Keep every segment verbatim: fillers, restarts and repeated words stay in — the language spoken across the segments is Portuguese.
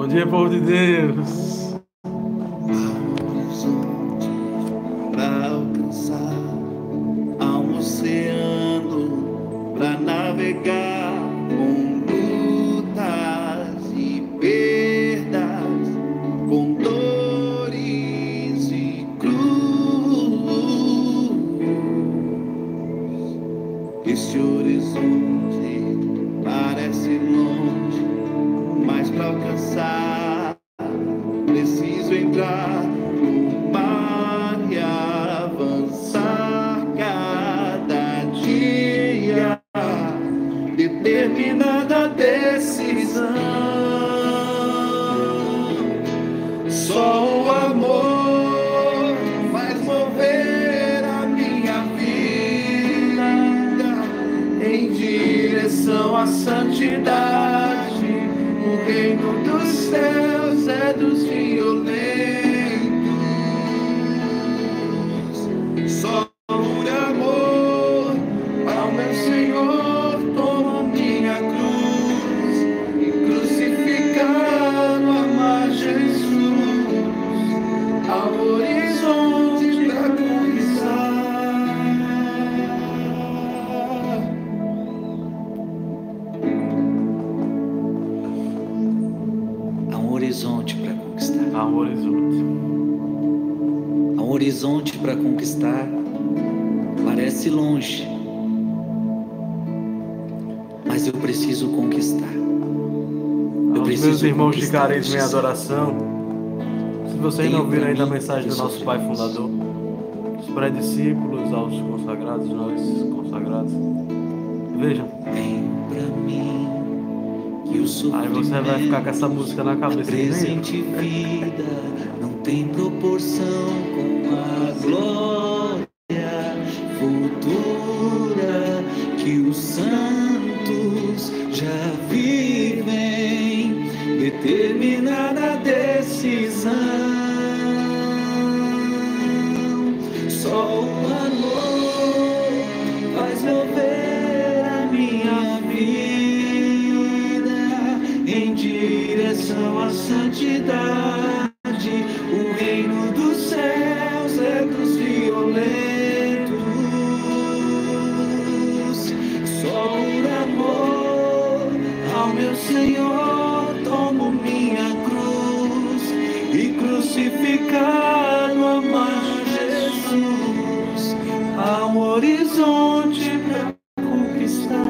Bom dia, povo de Deus. Para alcançar há um oceano para navegar, com lutas e perdas, com dores e cruz. Este horizonte parece longe, mas para alcançar preciso entrar no mar e avançar cada dia. Determinada decisão, só o amor faz mover a minha vida em direção à santidade. O reino dos céus é dos violentos. Só por amor ao meu Senhor tomo minha cruz e crucificado amar Jesus ao horizonte pra conquistar. Há um horizonte para conquistar. Há um horizonte. Há um horizonte para conquistar. Parece longe, mas eu preciso conquistar. Eu Aos preciso meus irmãos de conquistar carisma e esse sonho. adoração, se vocês não viram ainda a mensagem do nosso Pai Fundador, os pré-discípulos, aos consagrados, nós consagrados, vejam. Vem pra mim que o Aí você vai ficar com essa música na cabeça. presente vida não tem proporção com a glória futura que os santos já vivem. Determinada decisão, só o amor faz mover a minha vida em direção à santidade. O reino dos céus é dos violentos. Só por amor ao meu Senhor tomo minha cruz e crucificado amar Jesus. Há um horizonte para conquistar.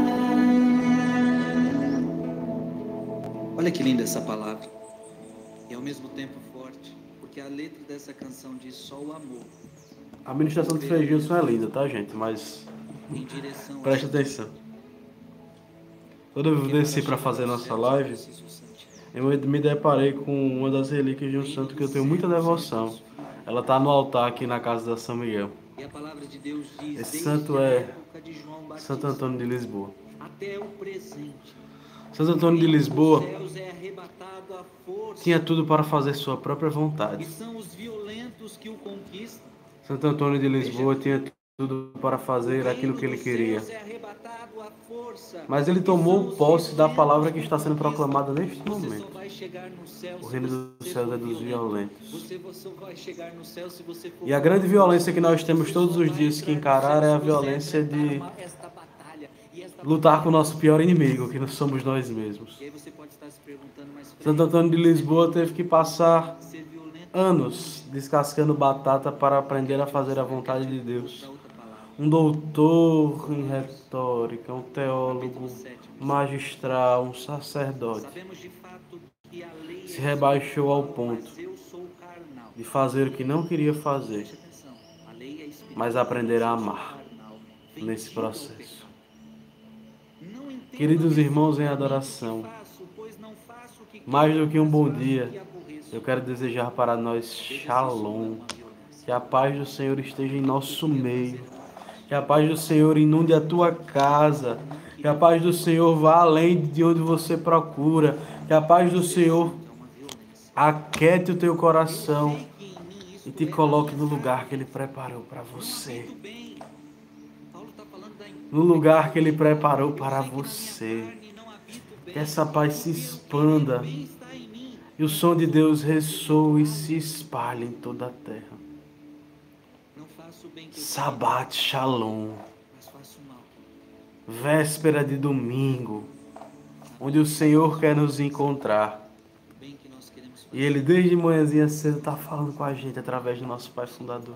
Olha que linda essa palavra. E ao mesmo tempo forte, porque a letra dessa canção diz só o amor. A ministração de Frei Gilson é linda, tá, gente? Mas Em direção preste atenção. Quando eu desci para fazer a nossa live, eu me deparei com uma das relíquias de um santo que eu tenho muita devoção. Ela está no altar aqui na casa da São Miguel. E a palavra de Deus diz, Esse desde santo a é época de João Batista Santo Antônio de Lisboa. até o presente, Santo Antônio de Lisboa os céus é arrebatado à força, tinha tudo para fazer sua própria e vontade. são os violentos que o conquistam. Santo Antônio de Lisboa tinha tudo para fazer aquilo que ele queria. É arrebatado à força, Mas ele tomou posse da palavra que está sendo proclamada neste momento. vai chegar no céu O reino dos céus é dos violentos. Você só vai chegar no céu se você for. E a grande violência que nós temos todos os dias que encarar é a violência de esta batalha e esta lutar com o nosso pior inimigo, que não somos nós mesmos. E aí você pode estar se perguntando, mas Santo Antônio de Lisboa teve que passar ser violento anos descascando batata para aprender a fazer a vontade de Deus. outra palavra. Um doutor em retórica, um teólogo magistral, um sacerdote, Sabemos de fato que a lei se rebaixou ao ponto eu sou carnal. de fazer o que não queria fazer, Atenção, a lei é espiritual, mas aprender a amar carnal, nesse processo. Não entendo Queridos irmãos em adoração, faço, pois não faço o que mais do que um bom que dia, aborreço. eu quero desejar para nós Shalom, que a paz do Senhor esteja em nosso meio, que a paz do Senhor inunde a tua casa, que a paz do Senhor vá além de onde você procura, que a paz do Senhor aquete o teu coração e te coloque no lugar que Ele preparou para você. No lugar que Ele preparou para você. Que essa paz se expanda. e o som de Deus ressoa e se espalha em toda a terra. Sabat Shalom, véspera de domingo, onde o Senhor quer nos encontrar. E Ele desde manhãzinha cedo está falando com a gente através do nosso Pai Fundador.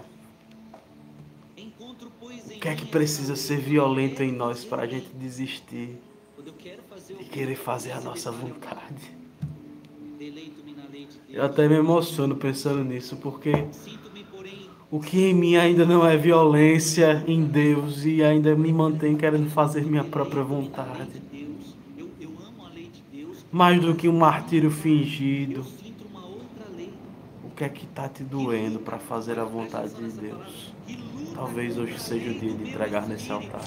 O que é que precisa ser violento em nós para a gente desistir e querer fazer a nossa vontade? Eu até me emociono pensando nisso, porque o que em mim ainda não é violência em Deus e ainda me mantém querendo fazer minha própria vontade. Mais do que um martírio fingido. O que é que está te doendo para fazer a vontade de Deus? Talvez hoje seja o dia de entregar nesse altar.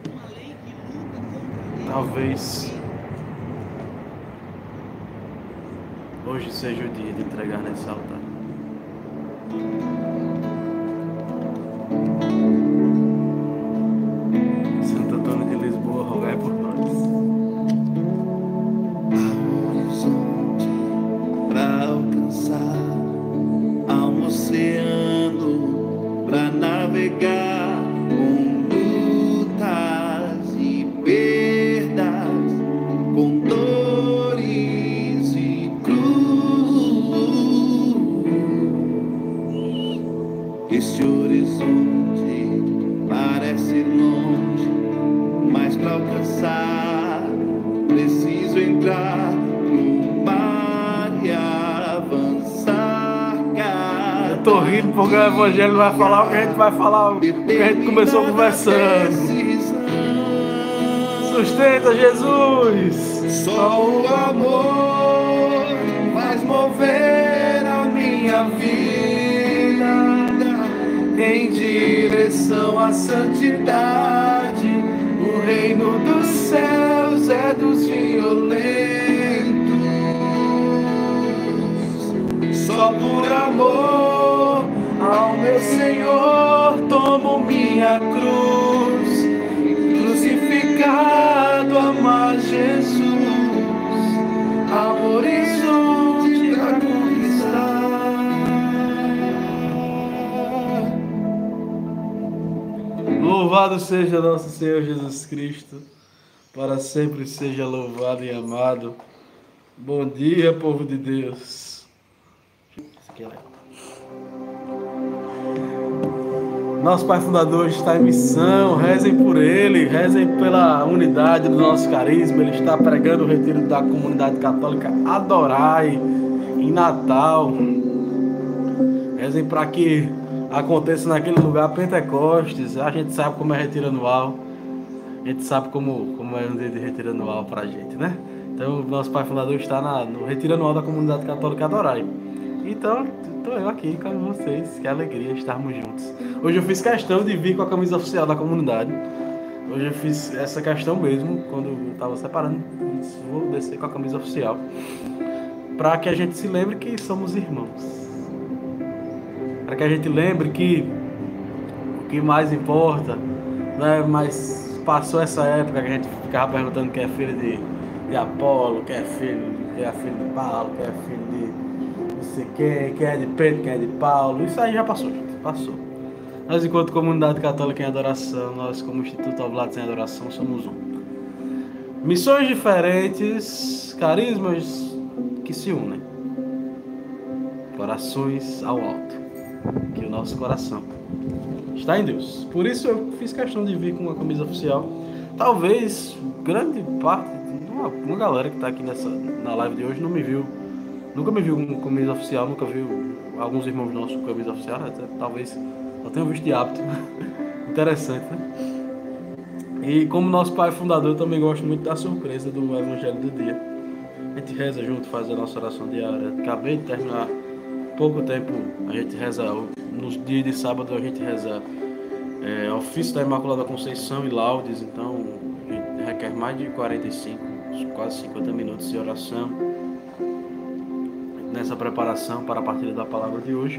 Talvez hoje seja o dia de entregar nesse altar. Santo Antônio de Lisboa, rogai por nós. Para alcançar, há um oceano para navegar, com lutas e perdas, com dores e cruz. Este horizonte parece longe, mas para alcançar preciso entrar no mar e avançar. Eu tô rindo porque o Evangelho vai falar o que a gente vai falar, o que a gente começou conversando. Sustenta, Jesus! Só o amor faz mover a minha vida em direção à santidade. O reino dos céus é dos violentos. Só por amor ao meu Senhor tomo minha cruz. Crucificado, amar Jesus, ao horizonte pra conquistar. Louvado seja nosso Senhor Jesus Cristo, para sempre seja louvado e amado. Bom dia, povo de Deus. Isso aqui é legal. Nosso Pai Fundador está em missão, rezem por Ele, rezem pela unidade do nosso carisma. Ele está pregando o retiro da comunidade católica Adorai, em Natal. Rezem para que aconteça naquele lugar Pentecostes. A gente sabe como é retiro anual, a gente sabe como, como é um dia de retiro anual para a gente, né? Então, o nosso Pai Fundador está na, no retiro anual da comunidade católica Adorai. Então, estou eu aqui com vocês, que alegria estarmos juntos. Hoje eu fiz questão de vir com a camisa oficial da comunidade. Hoje eu fiz essa questão mesmo, quando eu estava separando, eu disse, vou descer com a camisa oficial, para que a gente se lembre que somos irmãos. Para que a gente lembre que o que mais importa, né, mas passou essa época que a gente ficava perguntando quem é filho de, de Apolo, quem é filho, quem é filho de Paulo, quem é filho de não sei quem, quem é de Pedro, quem é de Paulo. Isso aí já passou, gente, passou. Nós, enquanto comunidade católica em adoração, nós como Instituto Oblatos em Adoração, somos um. Missões diferentes, carismas que se unem. Corações ao alto. Que o nosso coração está em Deus. Por isso eu fiz questão de vir com uma camisa oficial. Talvez grande parte de uma, uma galera que está aqui nessa, na live de hoje não me viu. Nunca me viu com camisa oficial, nunca viu alguns irmãos nossos com camisa oficial, né? Talvez eu tenha visto de hábito. Interessante, né? E como nosso Pai Fundador, eu também gosto muito da surpresa do Evangelho do dia. A gente reza junto, faz a nossa oração diária. Acabei de terminar pouco tempo, a gente reza, nos dias de sábado a gente reza é, ofício da Imaculada Conceição e laudes, então a gente requer mais de quarenta e cinco, quase cinquenta minutos de oração nessa preparação para a partilha da palavra de hoje.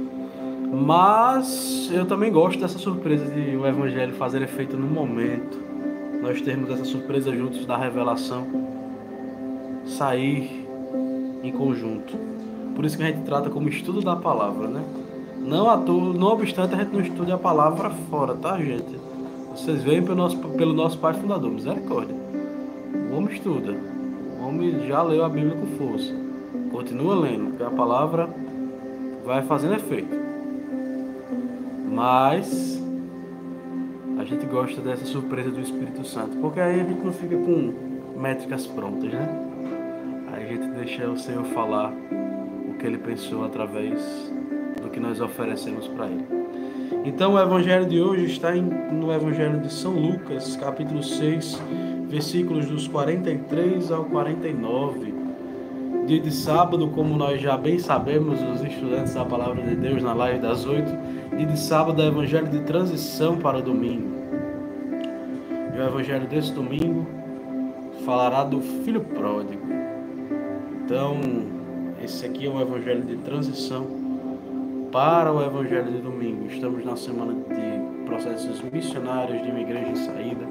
Mas eu também gosto dessa surpresa de o Evangelho fazer efeito no momento, nós termos essa surpresa juntos da revelação, sair em conjunto. Por isso que a gente trata como estudo da palavra, né? Não, atu... não obstante, a gente não estude a palavra fora, tá, gente? Vocês veem pelo nosso, pelo nosso pai fundador, misericórdia. O homem estuda. O homem já leu a Bíblia com força. Continua lendo, porque a palavra vai fazendo efeito. Mas a gente gosta dessa surpresa do Espírito Santo, porque aí a gente não fica com métricas prontas, né? Aí a gente deixa o Senhor falar o que Ele pensou através do que nós oferecemos para Ele. Então o Evangelho de hoje está em, no Evangelho de São Lucas, capítulo seis, versículos dos quarenta e três ao quarenta e nove. Dia de sábado, como nós já bem sabemos, os estudantes da Palavra de Deus na live das oito, dia de sábado é o Evangelho de transição para o domingo. E o Evangelho desse domingo falará do Filho Pródigo. Então, esse aqui é o Evangelho de transição para o Evangelho de domingo. Estamos na semana de processos missionários de uma igreja em saída.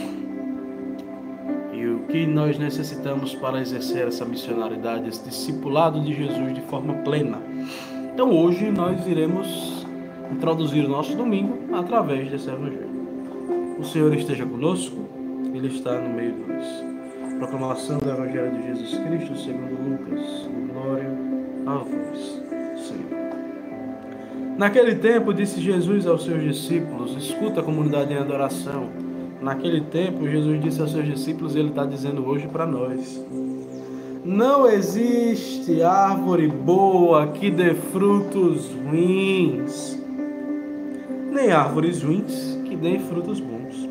E o que nós necessitamos para exercer essa missionariedade, esse discipulado de Jesus de forma plena. Então hoje nós iremos introduzir o nosso domingo através desse Evangelho. O Senhor esteja conosco, Ele está no meio de nós. Proclamação do Evangelho de Jesus Cristo segundo Lucas. Glória a vós, Senhor. Naquele tempo disse Jesus aos seus discípulos, escuta a comunidade em adoração. Naquele tempo, Jesus disse aos seus discípulos, e Ele está dizendo hoje para nós: não existe árvore boa que dê frutos ruins, nem árvores ruins que dêem frutos bons.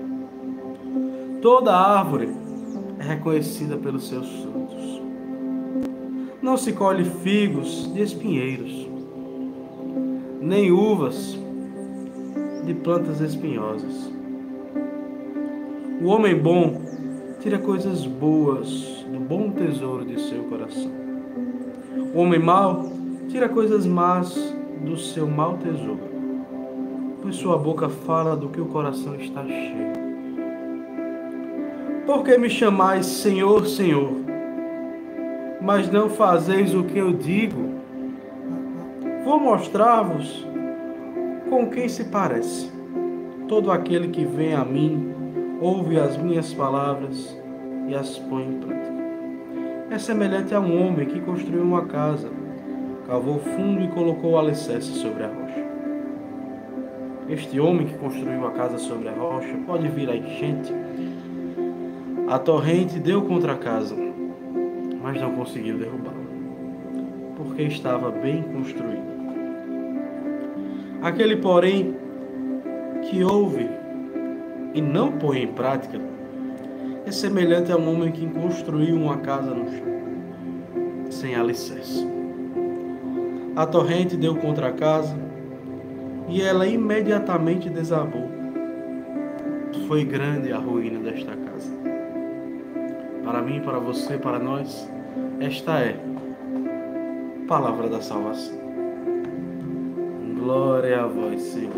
Toda árvore é reconhecida pelos seus frutos. Não se colhe figos de espinheiros, nem uvas de plantas espinhosas. O homem bom tira coisas boas do bom tesouro de seu coração. O homem mau tira coisas más do seu mau tesouro, pois sua boca fala do que o coração está cheio. Por que me chamais Senhor, Senhor, mas não fazeis o que eu digo? Vou mostrar-vos com quem se parece. Todo aquele que vem a mim ouve as minhas palavras e as põe em prática. É semelhante a um homem que construiu uma casa, cavou fundo e colocou o alicerce sobre a rocha. Este homem que construiu a casa sobre a rocha pode vir a enchente. A torrente deu contra a casa, mas não conseguiu derrubá-la, porque estava bem construída. Aquele, porém, que ouve e não põe em prática, é semelhante a um homem que construiu uma casa no chão, sem alicerce. A torrente deu contra a casa e ela imediatamente desabou. Foi grande a ruína desta casa. Para mim, para você, para nós, esta é a palavra da salvação. Glória a vós, Senhor.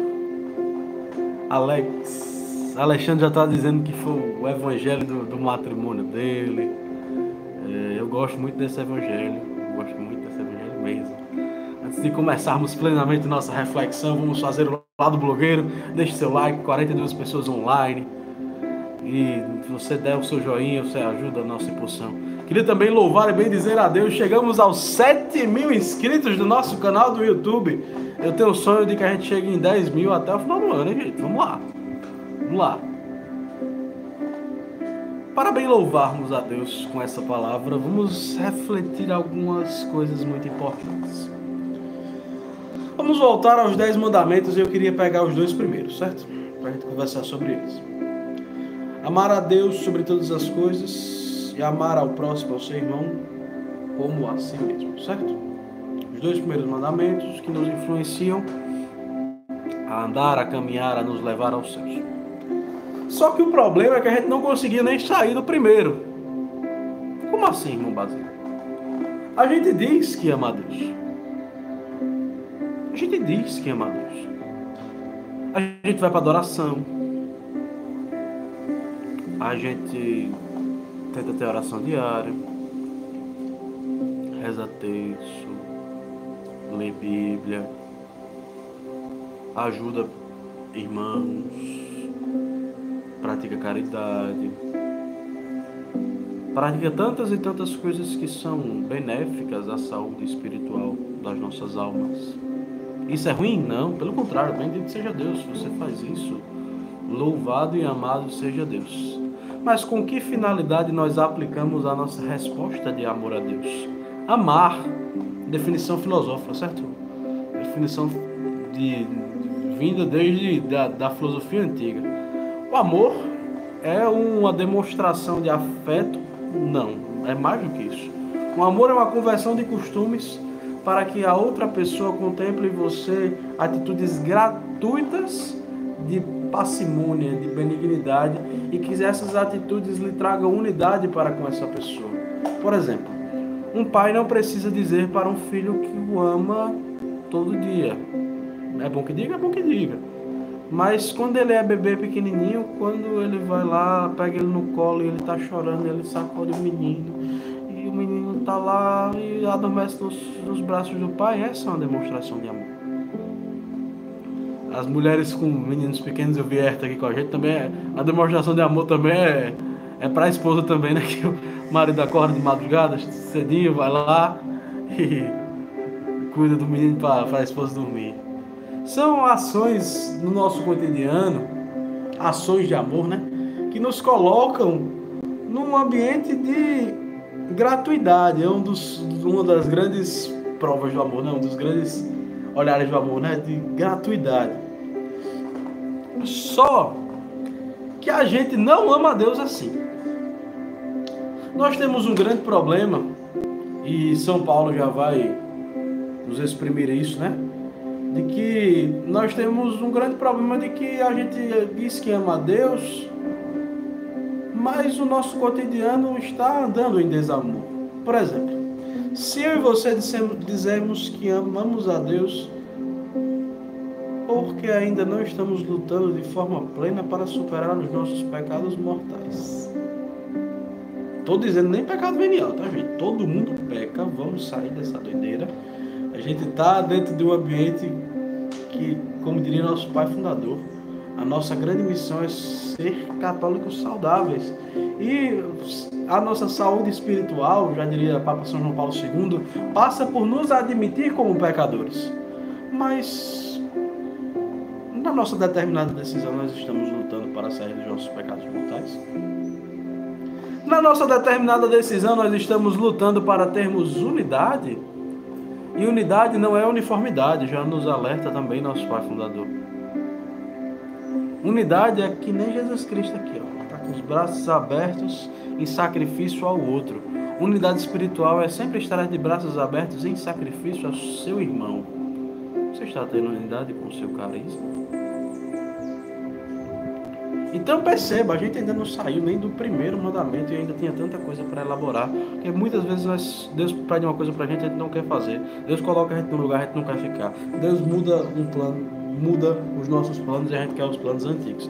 Alex Alexandre já está dizendo que foi o evangelho do, do matrimônio dele. É, eu gosto muito desse evangelho. Eu gosto muito desse evangelho mesmo. Antes de começarmos plenamente nossa reflexão, vamos fazer o lado blogueiro. Deixe seu like, quarenta e duas pessoas online. E se você der o seu joinha, você ajuda a nossa impulsão. Queria também louvar e bem dizer a Deus. Chegamos aos sete mil inscritos do nosso canal do YouTube. Eu tenho o sonho de que a gente chegue em dez mil até o final do ano, hein, gente? Vamos lá. Vamos lá. Para bem louvarmos a Deus com essa palavra, vamos refletir algumas coisas muito importantes. Vamos voltar aos dez mandamentos e eu queria pegar os dois primeiros, certo? Para a gente conversar sobre eles. Amar a Deus sobre todas as coisas e amar ao próximo, ao seu irmão, como a si mesmo, certo? Os dois primeiros mandamentos que nos influenciam a andar, a caminhar, a nos levar aos céus. Só que o problema é que a gente não conseguia nem sair do primeiro. Como assim, irmão Basílio? A gente diz que ama a Deus. A gente diz que ama a Deus. A gente vai para adoração. A gente tenta ter oração diária. reza terço, lê Bíblia, ajuda irmãos, pratica caridade, pratica tantas e tantas coisas que são benéficas à saúde espiritual das nossas almas. Isso é ruim? Não, pelo contrário, bendito seja Deus. Se você faz isso, louvado e amado seja Deus. Mas com que finalidade nós aplicamos a nossa resposta de amor a Deus? Amar, definição filosófica, certo? Definição de, de vinda desde da, da filosofia antiga. O amor é uma demonstração de afeto? Não, é mais do que isso. O amor é uma conversão de costumes para que a outra pessoa contemple em você atitudes gratuitas de parcimônia, de benignidade, e que essas atitudes lhe tragam unidade para com essa pessoa. Por exemplo, um pai não precisa dizer para um filho que o ama todo dia. É bom que diga? É bom que diga. Mas quando ele é bebê pequenininho, quando ele vai lá, pega ele no colo e ele está chorando, ele sacode o menino, e o menino está lá e adormece nos, nos braços do pai, essa é uma demonstração de amor. As mulheres com meninos pequenos, eu vi Herta aqui com a gente, também é, a demonstração de amor também é, é para a esposa também, né? Que o marido acorda de madrugada, cedinho, vai lá e cuida do menino para a esposa dormir. São ações no nosso cotidiano, ações de amor, né? Que nos colocam num ambiente de gratuidade. É um dos, uma das grandes provas do amor, né? Um dos grandes olhares do amor, né? De gratuidade. Só que a gente não ama a Deus assim. Nós temos um grande problema, e São Paulo já vai nos exprimir isso, né? De que nós temos um grande problema de que a gente diz que ama a Deus, mas o nosso cotidiano está andando em desamor. Por exemplo, se eu e você dizemos que amamos a Deus, porque ainda não estamos lutando de forma plena para superar os nossos pecados mortais. Estou dizendo nem pecado venial, tá, gente? Todo mundo peca, vamos sair dessa doideira. A gente está dentro de um ambiente que, como diria nosso pai fundador, a nossa grande missão é ser católicos saudáveis. E a nossa saúde espiritual, já diria Papa São João Paulo segundo, passa por nos admitir como pecadores. Mas na nossa determinada decisão nós estamos lutando para sair dos nossos pecados mortais. Na nossa determinada decisão nós estamos lutando para termos unidade. E unidade não é uniformidade, já nos alerta também nosso pai fundador. Unidade é que nem Jesus Cristo aqui, ó, está com os braços abertos em sacrifício ao outro. Unidade espiritual é sempre estar de braços abertos em sacrifício ao seu irmão. Você está tendo unidade com o seu carisma? Então perceba, a gente ainda não saiu nem do primeiro mandamento e ainda tinha tanta coisa para elaborar, porque muitas vezes nós, Deus pede uma coisa para a gente e a gente não quer fazer. Deus coloca a gente no lugar, a gente não quer ficar. Deus muda um plano, muda os nossos planos e a gente quer os planos antigos.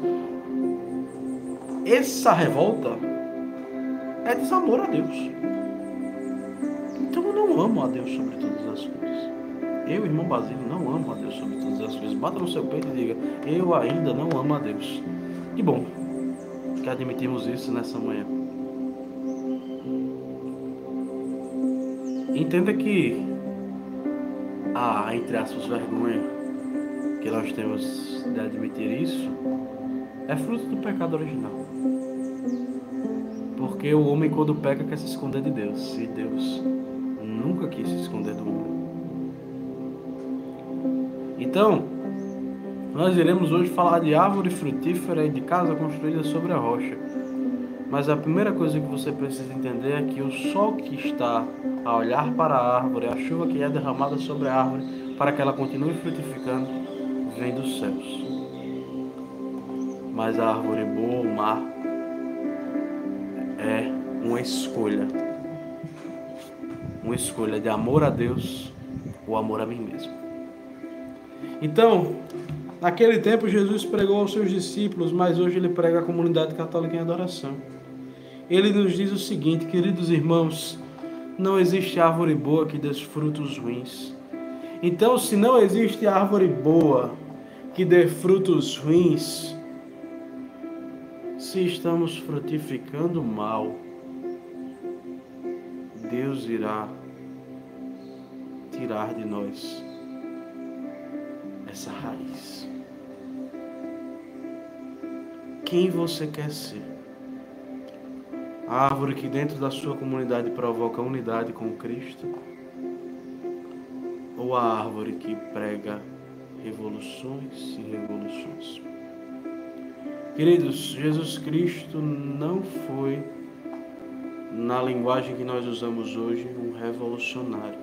Essa revolta é desamor a Deus. Então eu não amo a Deus sobre todas as coisas. Eu, irmão Basílio, não amo a Deus sobre todas as coisas. Bata no seu peito e diga, eu ainda não amo a Deus. Que bom que admitimos isso nessa manhã. Entenda que a, entre aspas, vergonha que nós temos de admitir isso é fruto do pecado original. Porque o homem, quando peca, quer se esconder de Deus. E Deus nunca quis se esconder do homem. Então, nós iremos hoje falar de árvore frutífera e de casa construída sobre a rocha. Mas a primeira coisa que você precisa entender é que o sol que está a olhar para a árvore, a chuva que é derramada sobre a árvore para que ela continue frutificando, vem dos céus. Mas a árvore boa, o mar, é uma escolha. Uma escolha de amor a Deus ou amor a mim mesmo. Então, naquele tempo Jesus pregou aos seus discípulos, mas hoje ele prega à comunidade católica em adoração. Ele nos diz o seguinte, queridos irmãos, não existe árvore boa que dê frutos ruins. Então, se não existe árvore boa que dê frutos ruins, se estamos frutificando mal, Deus irá tirar de nós essa raiz. Quem você quer ser? A árvore que dentro da sua comunidade provoca unidade com Cristo? Ou a árvore que prega revoluções e revoluções? Queridos, Jesus Cristo não foi, na linguagem que nós usamos hoje, um revolucionário.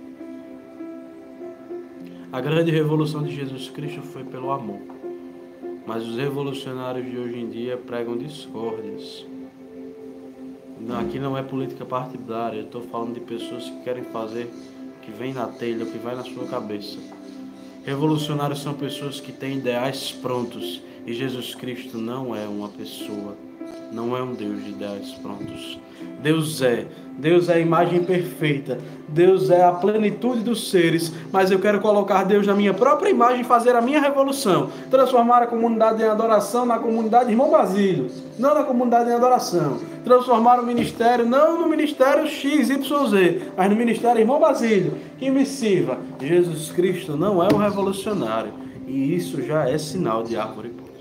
A grande revolução de Jesus Cristo foi pelo amor. Mas os revolucionários de hoje em dia pregam discórdias. Não, aqui não é política partidária, eu estou falando de pessoas que querem fazer o que vem na telha, o que vai na sua cabeça. Revolucionários são pessoas que têm ideais prontos, e Jesus Cristo não é uma pessoa, não é um Deus de ideais prontos. Deus é, Deus é a imagem perfeita, Deus é a plenitude dos seres, mas eu quero colocar Deus na minha própria imagem e fazer a minha revolução, transformar a comunidade em adoração na comunidade Irmão Basílio, não na comunidade em adoração, transformar o ministério não no ministério X Y Z, mas no ministério Irmão Basílio, que me sirva. Jesus Cristo não é um revolucionário, e isso já é sinal de árvore podre.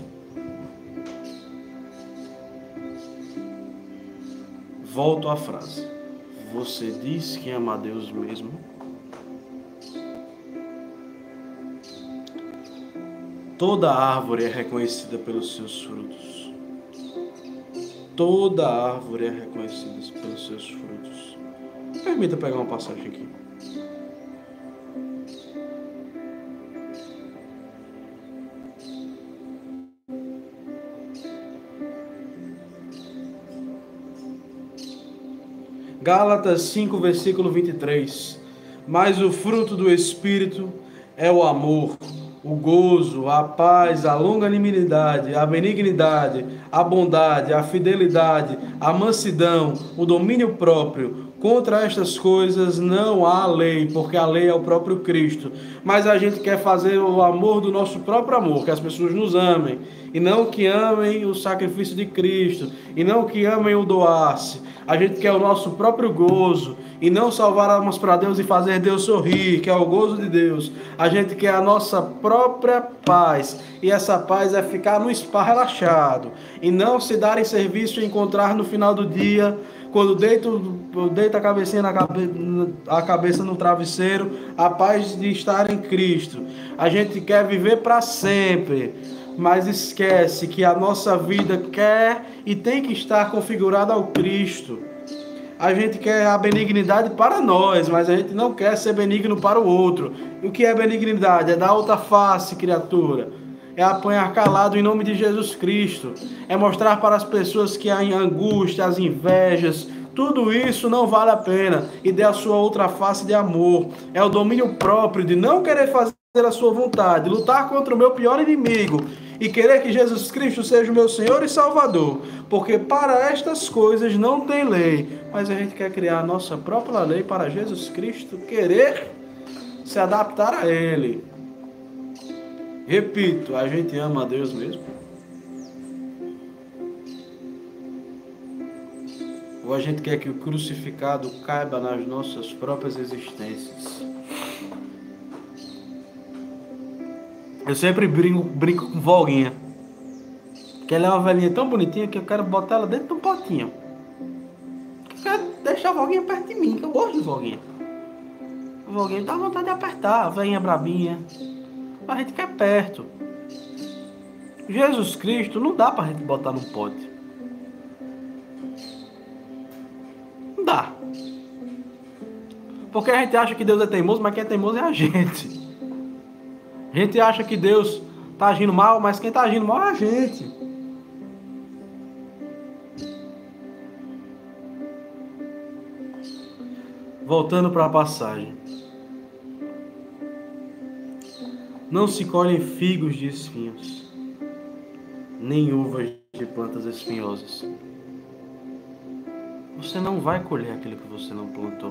Volto à frase. Você diz que ama a Deus mesmo? Toda árvore é reconhecida pelos seus frutos. Toda árvore é reconhecida pelos seus frutos. Permita pegar uma passagem aqui. Gálatas cinco, versículo vinte e três. Mas o fruto do Espírito é o amor, o gozo, a paz, a longanimidade, a benignidade, a bondade, a fidelidade, a mansidão, o domínio próprio. Contra estas coisas não há lei, porque a lei é o próprio Cristo. Mas a gente quer fazer o amor do nosso próprio amor, que as pessoas nos amem, e não que amem o sacrifício de Cristo, e não que amem o doar-se. A gente quer o nosso próprio gozo, e não salvar almas para Deus e fazer Deus sorrir, que é o gozo de Deus. A gente quer a nossa própria paz, e essa paz é ficar no spa relaxado, e não se dar em serviço e encontrar no final do dia, quando deito, deito a cabecinha na cabe, a cabeça no travesseiro, a paz de estar em Cristo. A gente quer viver para sempre, mas esquece que a nossa vida quer e tem que estar configurada ao Cristo. A gente quer a benignidade para nós, mas a gente não quer ser benigno para o outro. E o que é benignidade? É dar outra face, criatura. É apanhar calado em nome de Jesus Cristo. É mostrar para as pessoas que a angústia, as invejas, tudo isso não vale a pena. E dê a sua outra face de amor. É o domínio próprio de não querer fazer a sua vontade, lutar contra o meu pior inimigo e querer que Jesus Cristo seja o meu Senhor e Salvador. Porque para estas coisas não tem lei. Mas a gente quer criar a nossa própria lei para Jesus Cristo querer se adaptar a Ele. Repito, a gente ama a Deus mesmo? Ou a gente quer que o crucificado caiba nas nossas próprias existências? Eu sempre brinco, brinco com Volguinha, que ela é uma velhinha tão bonitinha que eu quero botar ela dentro de um potinho. Eu quero deixar a Volguinha perto de mim, que eu gosto de Volguinha. A Volguinha dá vontade de apertar, a velhinha brabinha. A gente quer perto. Jesus Cristo não dá pra gente botar num pote. Não dá. Porque a gente acha que Deus é teimoso, mas quem é teimoso é a gente. A gente acha que Deus está agindo mal, mas quem está agindo mal é a gente. Voltando para a passagem. Não se colhem figos de espinhos, nem uvas de plantas espinhosas. Ou você não vai colher aquilo que você não plantou.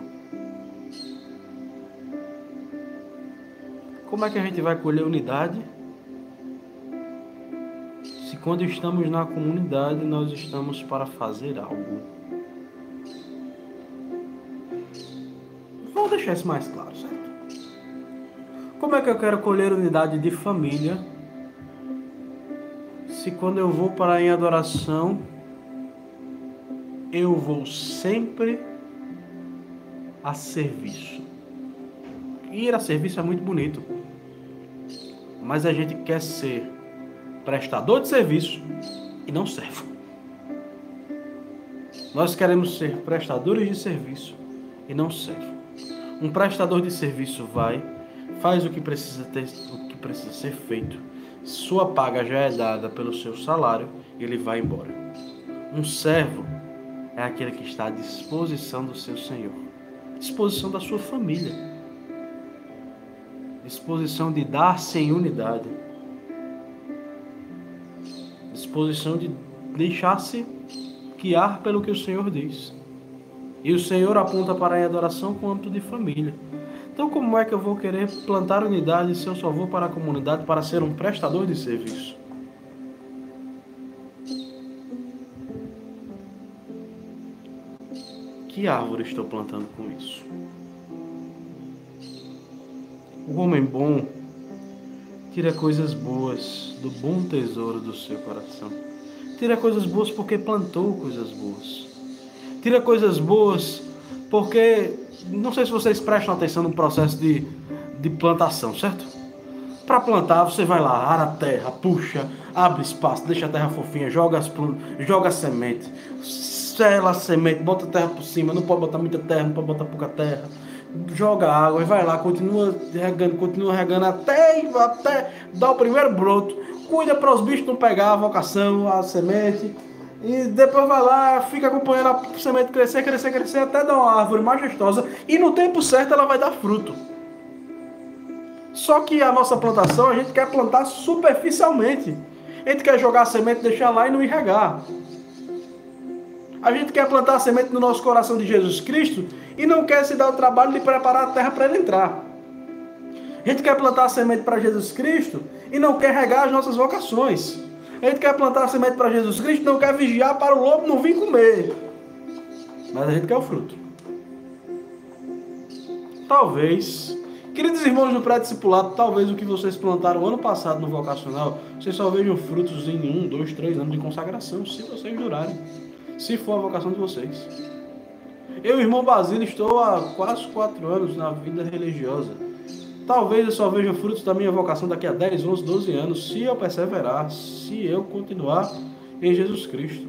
Como é que a gente vai colher unidade? Se quando estamos na comunidade, nós estamos para fazer algo. Vou deixar isso mais claro, certo? Como é que eu quero colher unidade de família se quando eu vou para em adoração, eu vou sempre a serviço? Ir a serviço é muito bonito, mas a gente quer ser prestador de serviço e não servo. Nós queremos ser prestadores de serviço e não servo. Um prestador de serviço vai, faz o que precisa ter, o que precisa ser feito. Sua paga já é dada pelo seu salário e ele vai embora. Um servo é aquele que está à disposição do seu Senhor, disposição da sua família, disposição de dar-se em unidade, disposição de deixar-se guiar pelo que o Senhor diz. E o Senhor aponta para a adoração com âmbito de família. Então como é que eu vou querer plantar unidade se eu só vou para a comunidade para ser um prestador de serviço? Que árvore estou plantando com isso? O homem bom tira coisas boas do bom tesouro do seu coração. Tira coisas boas porque plantou coisas boas. Tira coisas boas porque, não sei se vocês prestam atenção no processo de, de plantação, certo? Para plantar, você vai lá, ara a terra, puxa, abre espaço, deixa a terra fofinha, joga, as, joga a semente, sela a semente, bota a terra por cima, não pode botar muita terra, não pode botar pouca terra, joga água e vai lá, continua regando, continua regando até, até dar o primeiro broto, cuida para os bichos não pegar a vocação, a semente, e depois vai lá, fica acompanhando a semente crescer, crescer, crescer, até dar uma árvore majestosa, e no tempo certo ela vai dar fruto. Só que a nossa plantação, a gente quer plantar superficialmente. A gente quer jogar a semente, deixar lá e não ir regar. A gente quer plantar a semente no nosso coração de Jesus Cristo e não quer se dar o trabalho de preparar a terra para ele entrar. A gente quer plantar a semente para Jesus Cristo e não quer regar as nossas vocações. A gente quer plantar a semente para Jesus Cristo e não quer vigiar para o lobo não vir comer. Mas a gente quer o fruto. Talvez, queridos irmãos do pré-discipulado, talvez o que vocês plantaram ano passado no vocacional, vocês só vejam frutos em um, dois, três anos de consagração, se vocês durarem. Se for a vocação de vocês. Eu, irmão Basílio, estou há quase quatro anos na vida religiosa. Talvez eu só veja frutos da minha vocação daqui a dez, onze, doze anos, se eu perseverar, se eu continuar em Jesus Cristo.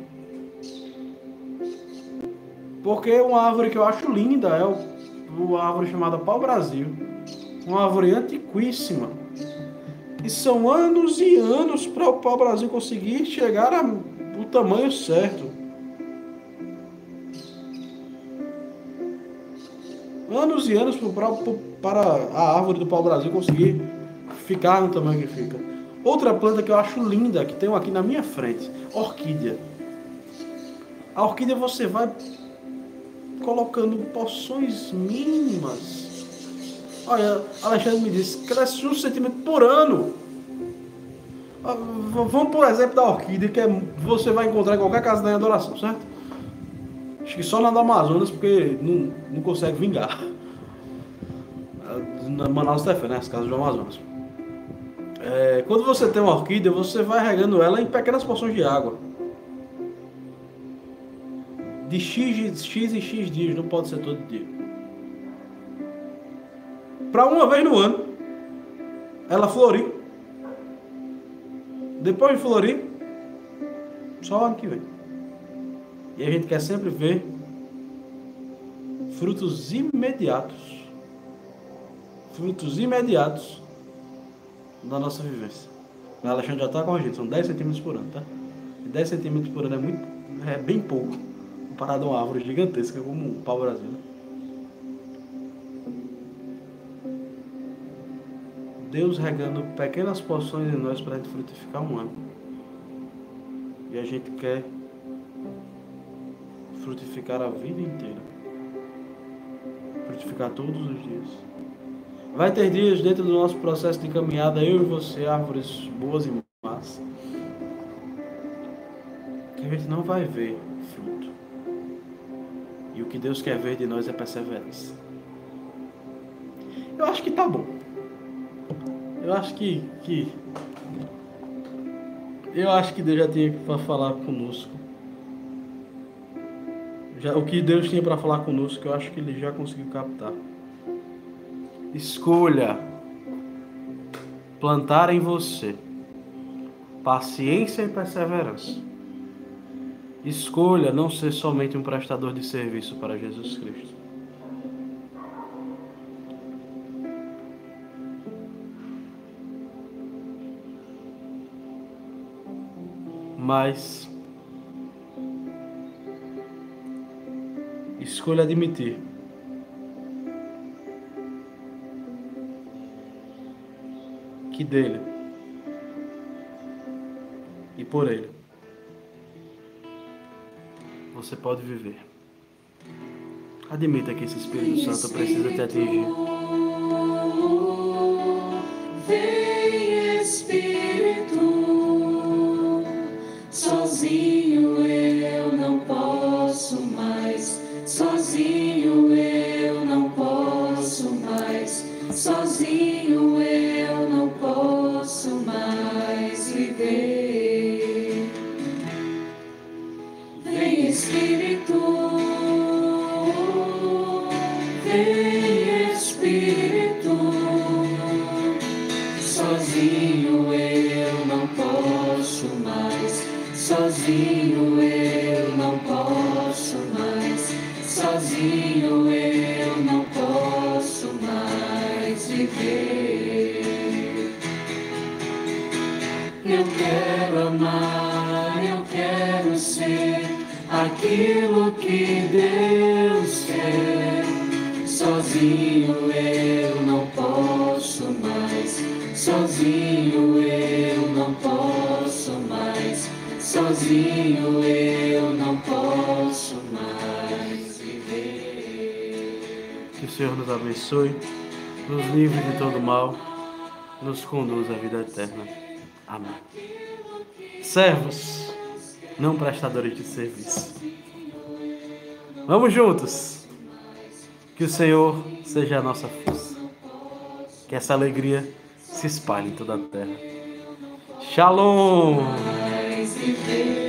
Porque uma árvore que eu acho linda é uma árvore chamada pau-brasil. Uma árvore antiquíssima. E são anos e anos para o pau-brasil conseguir chegar ao tamanho certo. Anos e anos para, para a árvore do pau-brasil conseguir ficar no tamanho que fica. Outra planta que eu acho linda, que tenho aqui na minha frente, orquídea. A orquídea você vai colocando porções mínimas. Olha, Alexandre me disse, cresce um centímetro por ano. Vamos por exemplo da orquídea, que é, você vai encontrar em qualquer casa da adoração, certo? Acho que só na do Amazonas, porque não, não consegue vingar. Na Manaus T F, né? As casas do Amazonas. É, quando você tem uma orquídea, você vai regando ela em pequenas porções de água. De X, X em X dias, não pode ser todo dia. Para uma vez no ano, ela florir. Depois de florir, só o ano que vem. E a gente quer sempre ver frutos imediatos. Frutos imediatos da nossa vivência. O Alexandre já está corrigindo, são dez centímetros por ano, tá? E dez centímetros por ano é, muito, é bem pouco, comparado a uma árvore gigantesca como o pau-brasil. Deus regando pequenas porções em nós para a gente frutificar um ano. E a gente quer frutificar a vida inteira. Frutificar todos os dias. Vai ter dias dentro do nosso processo de caminhada, eu e você, árvores boas e más, que a gente não vai ver fruto. E o que Deus quer ver de nós é perseverança. Eu acho que tá bom. Eu acho que, que eu acho que Deus já tinha para falar conosco. Já, o que Deus tinha para falar conosco, eu acho que Ele já conseguiu captar. Escolha plantar em você paciência e perseverança. Escolha não ser somente um prestador de serviço para Jesus Cristo. Mas escolha admitir que dele e por ele você pode viver. Admita que esse Espírito Santo precisa te atingir. Vem, Espírito, sozinho eu não posso mais, sozinho eu não posso mais, sozinho eu não posso mais viver. Vem, Espírito, vem, Espírito, sozinho eu não posso mais, sozinho eu não posso mais, sozinho eu não posso mais viver. Eu quero amar, eu quero ser aquilo que Deus quer. Sozinho eu não posso mais, sozinho eu não posso mais, sozinho eu não posso mais viver. Que o Senhor nos abençoe, nos livre de todo mal, nos conduz à vida eterna. Amém. Servos, não prestadores de serviço. Vamos juntos. Que o Senhor seja a nossa força. Que essa alegria se espalhe em toda a terra. Shalom!